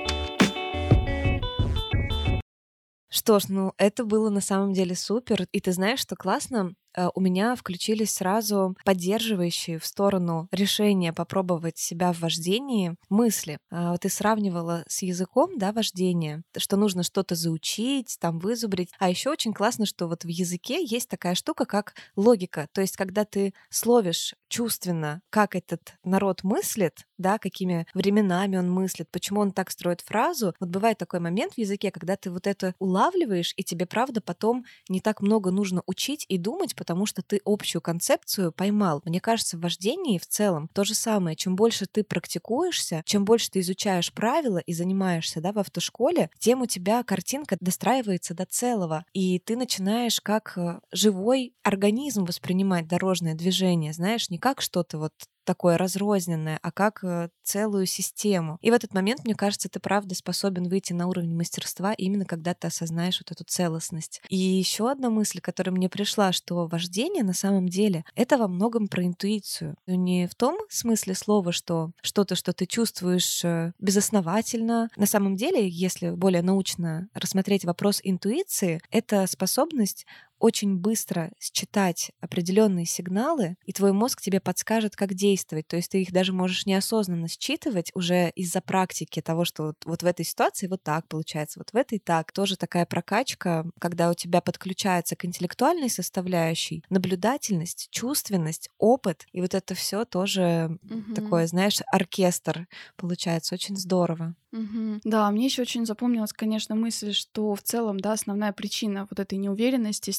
Что ж, ну это было на самом деле супер. И ты знаешь, что классно? У меня включились сразу поддерживающие в сторону решения попробовать себя в вождении мысли. А, Ты сравнивала с языком, да, вождения, что нужно что-то заучить, там вызубрить. А еще очень классно, что вот в языке есть такая штука, как логика. То есть, когда ты словишь чувственно, как этот народ мыслит, да, какими временами он мыслит, почему он так строит фразу. Вот бывает такой момент в языке, когда ты вот это улавливаешь, и тебе, правда, потом не так много нужно учить и думать, потому что ты общую концепцию поймал. Мне кажется, в вождении в целом то же самое. Чем больше ты практикуешься, чем больше ты изучаешь правила и занимаешься, да, в автошколе, тем у тебя картинка достраивается до целого. И ты начинаешь как э, живой организм воспринимать дорожное движение, знаешь, не как что-то вот такое разрозненное, а как э, целую систему. И в этот момент, мне кажется, ты правда способен выйти на уровень мастерства именно когда ты осознаешь вот эту целостность. И еще одна мысль, которая мне пришла, что вождение на самом деле это во многом про интуицию. Но не в том смысле слова, что что-то, что ты чувствуешь э, безосновательно. На самом деле, если более научно рассмотреть вопрос интуиции, это способность очень быстро считать определенные сигналы, и твой мозг тебе подскажет, как действовать. То есть ты их даже можешь неосознанно считывать уже из-за практики того, что вот, вот в этой ситуации вот так получается, вот в этой так. Тоже такая прокачка, когда у тебя подключается к интеллектуальной составляющей наблюдательность, чувственность, опыт, и вот это все тоже Мгм. такое, знаешь, оркестр получается. Очень здорово. Мгм. Да, мне еще очень запомнилась, конечно, мысль, что в целом, да, основная причина вот этой неуверенности и страха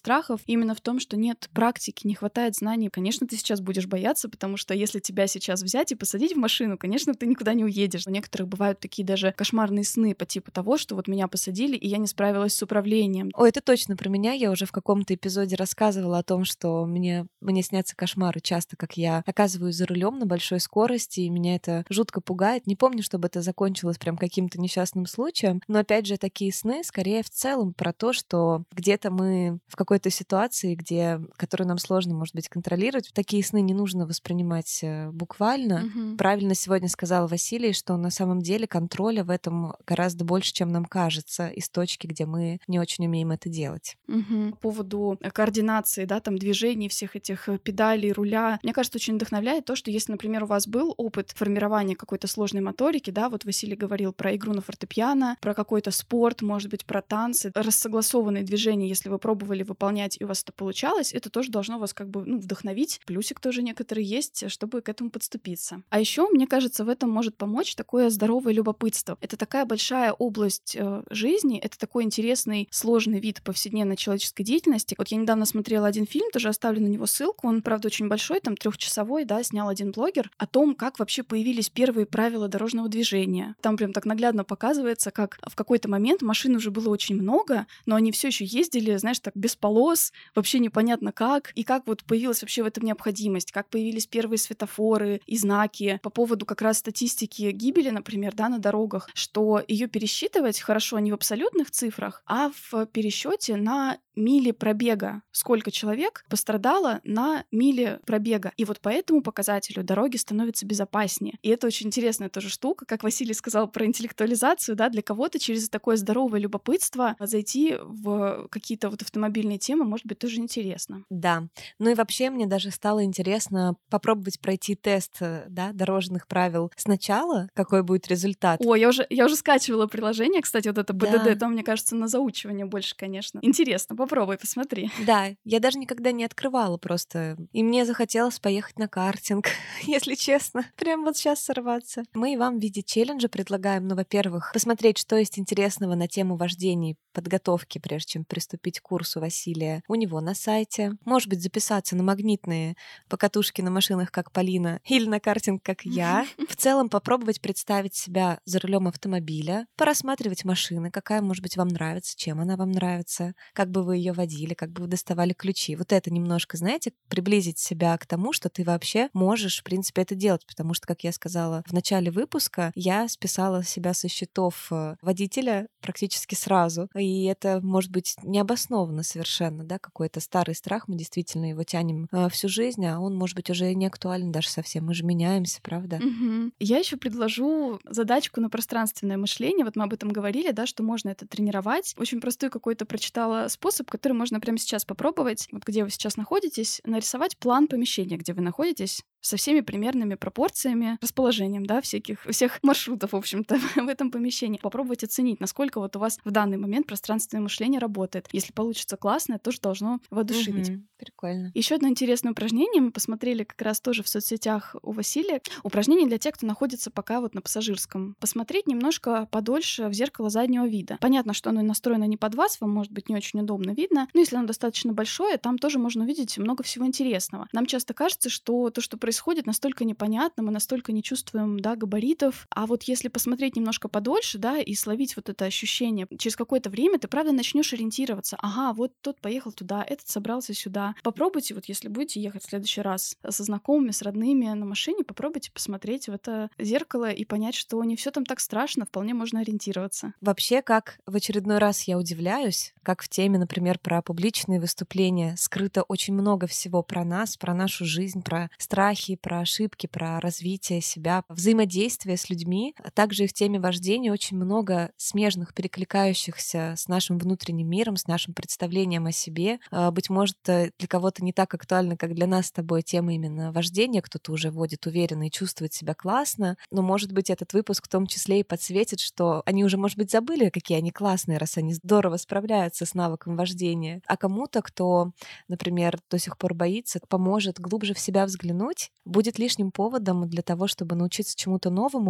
страхов именно в том, что нет практики, не хватает знаний. Конечно, ты сейчас будешь бояться, потому что если тебя сейчас взять и посадить в машину, конечно, ты никуда не уедешь. У некоторых бывают такие даже кошмарные сны по типу того, что вот меня посадили, и я не справилась с управлением. Ой, это точно про меня. Я уже в каком-то эпизоде рассказывала о том, что мне, мне снятся кошмары часто, как я оказываюсь за рулем на большой скорости, и меня это жутко пугает. Не помню, чтобы это закончилось прям каким-то несчастным случаем, но опять же, такие сны скорее в целом про то, что где-то мы в какой-то ситуации, где, которую нам сложно, может быть, контролировать, такие сны не нужно воспринимать э, буквально. Мгм. Правильно сегодня сказал Василий, что на самом деле контроля в этом гораздо больше, чем нам кажется, из точки, где мы не очень умеем это делать. Мгм. По поводу э, координации, да, там движений всех этих э, педалей, руля. Мне кажется, очень вдохновляет то, что если, например, у вас был опыт формирования какой-то сложной моторики, да, вот Василий говорил про игру на фортепиано, про какой-то спорт, может быть, про танцы, рассогласованные движения, если вы пробовали выполнять и у вас это получалось, это тоже должно вас как бы, ну, вдохновить. Плюсик тоже некоторый есть, чтобы к этому подступиться. А еще, мне кажется, в этом может помочь такое здоровое любопытство. Это такая большая область э, жизни, это такой интересный, сложный вид повседневной человеческой деятельности. Вот я недавно смотрела один фильм, тоже оставлю на него ссылку, он, правда, очень большой, там трехчасовой, да, снял один блогер, о том, как вообще появились первые правила дорожного движения. Там прям так наглядно показывается, как в какой-то момент машин уже было очень много, но они все еще ездили, знаешь, так без полос, вообще непонятно как, и как вот появилась вообще в этом необходимость, как появились первые светофоры и знаки по поводу как раз статистики гибели, например, да, на дорогах, что ее пересчитывать хорошо не в абсолютных цифрах, а в пересчете на мили пробега. Сколько человек пострадало на миле пробега. И вот по этому показателю дороги становятся безопаснее. И это очень интересная тоже штука, как Василий сказал про интеллектуализацию, да, для кого-то через такое здоровое любопытство зайти в какие-то вот автомобильные темы может быть тоже интересно. Да. Ну и вообще мне даже стало интересно попробовать пройти тест, э, да, дорожных правил сначала, какой будет результат. О, я уже, я уже скачивала приложение, кстати, вот это ПДД, Да. там, мне кажется, на заучивание больше, конечно. Интересно, попробуй, посмотри. Да, я даже никогда не открывала просто. И мне захотелось поехать на картинг, если честно. Прям вот сейчас сорваться. Мы и вам в виде челленджа предлагаем, ну, во-первых, посмотреть, что есть интересного на тему вождения, подготовки, прежде чем приступить к курсу Василия у него на сайте. Может быть, записаться на магнитные покатушки на машинах, как Полина, или на картинг, как я. В целом попробовать представить себя за рулем автомобиля, порассматривать машины, какая, может быть, вам нравится, чем она вам нравится, как бы вы ее водили, как бы вы доставали ключи. Вот это немножко, знаете, приблизить себя к тому, что ты вообще можешь, в принципе, это делать, потому что, как я сказала в начале выпуска, я списала себя со счетов э, водителя практически сразу, и это, может быть, необоснованно совершенно, да, какой-то старый страх, мы действительно его тянем э, всю жизнь, а он, может быть, уже не актуален даже совсем, мы же меняемся, правда? Мгм. Я еще предложу задачку на пространственное мышление. Вот мы об этом говорили, да, что можно это тренировать. Очень простой какой-то прочитала способ, который можно прямо сейчас попробовать. Вот где вы сейчас находитесь, нарисовать план помещения, где вы находитесь, со всеми примерными пропорциями, расположением, да, всяких, всех маршрутов, в общем-то, в этом помещении. Попробовать оценить, насколько вот у вас в данный момент пространственное мышление работает. Если получится классно, это тоже должно воодушевить. Мгм. Прикольно. Еще одно интересное упражнение мы посмотрели как раз тоже в соцсетях у Василия. Упражнение для тех, кто находится пока вот на пассажирском. Посмотреть немножко подольше в зеркало заднего вида. Понятно, что оно настроено не под вас, вам может быть не очень удобно видно, но если оно достаточно большое, там тоже можно увидеть много всего интересного. Нам часто кажется, что то, что происходит, настолько непонятно, мы настолько не чувствуем, да, габаритов, а вот если посмотреть немножко подольше, да, и словить вот это ощущение, через какое-то время ты, правда, начнешь ориентироваться. Ага, вот тот поехал туда, этот собрался сюда. Попробуйте, вот если будете ехать в следующий раз со знакомыми, с родными на машине, попробуйте посмотреть в это зеркало и понять, что не все там так страшно, вполне можно ориентироваться. Вообще, как в очередной раз я удивляюсь, как в теме, например, про публичные выступления скрыто очень много всего про нас, про нашу жизнь, про страхи, про ошибки, про развитие себя, взаимодействие с людьми. А также и в теме вождения очень много смежных, перекликающихся с нашим внутренним миром, с нашим представлением о себе. А, Быть может, э, для кого-то не так актуальна, как для нас с тобой тема именно вождения, кто-то уже водит уверенно и чувствует себя классно, но, может быть, этот выпуск в том числе и подсветит, что они уже, может быть, забыли, какие они классные, раз они здорово справляются с навыком вождения. А кому-то, кто, например, до сих пор боится, поможет глубже в себя взглянуть, будет лишним поводом для того, чтобы научиться чему-то новому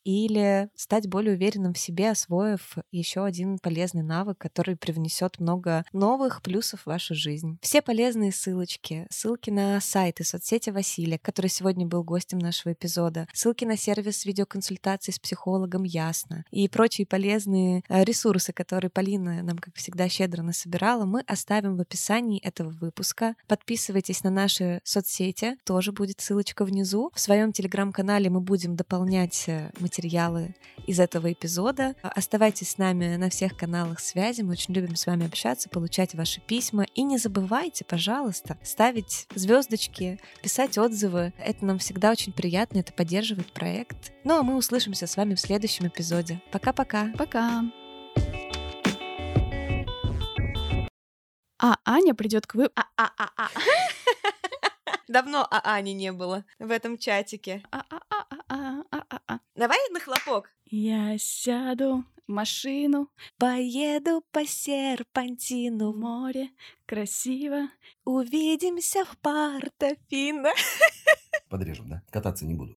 или стать более уверенным в себе, освоив еще один полезный навык, который привнесет много новых плюсов в вашу жизнь. Все полезные ссылочки, ссылки на сайты, соцсети Василия, который сегодня был гостем нашего эпизода, ссылки на сервис видеоконсультаций с психологом Ясно и прочие полезные ресурсы, которые Полина нам, как всегда, щедро насобирала, мы оставим в описании этого выпуска. Подписывайтесь на наши соцсети, тоже будет ссылочка внизу. В своем телеграм-канале мы будем дополнять материалы из этого эпизода. Оставайтесь с нами на всех каналах связи, мы очень любим с вами общаться, получать ваши письма. И не забывайте, пожалуйста, ставить звездочки, писать отзывы. Это нам всегда очень приятно, это поддерживает проект. Ну а мы услышимся с вами в следующем эпизоде. Пока-пока! Пока! А Аня придет к вы... А, а, а, а. Давно а Ани не было в этом чатике. А, а, а, а, а, а, а. Давай на хлопок. Я сяду в машину, поеду по серпантину, в море красиво, увидимся в Портофино. Подрежем, да? Кататься не буду.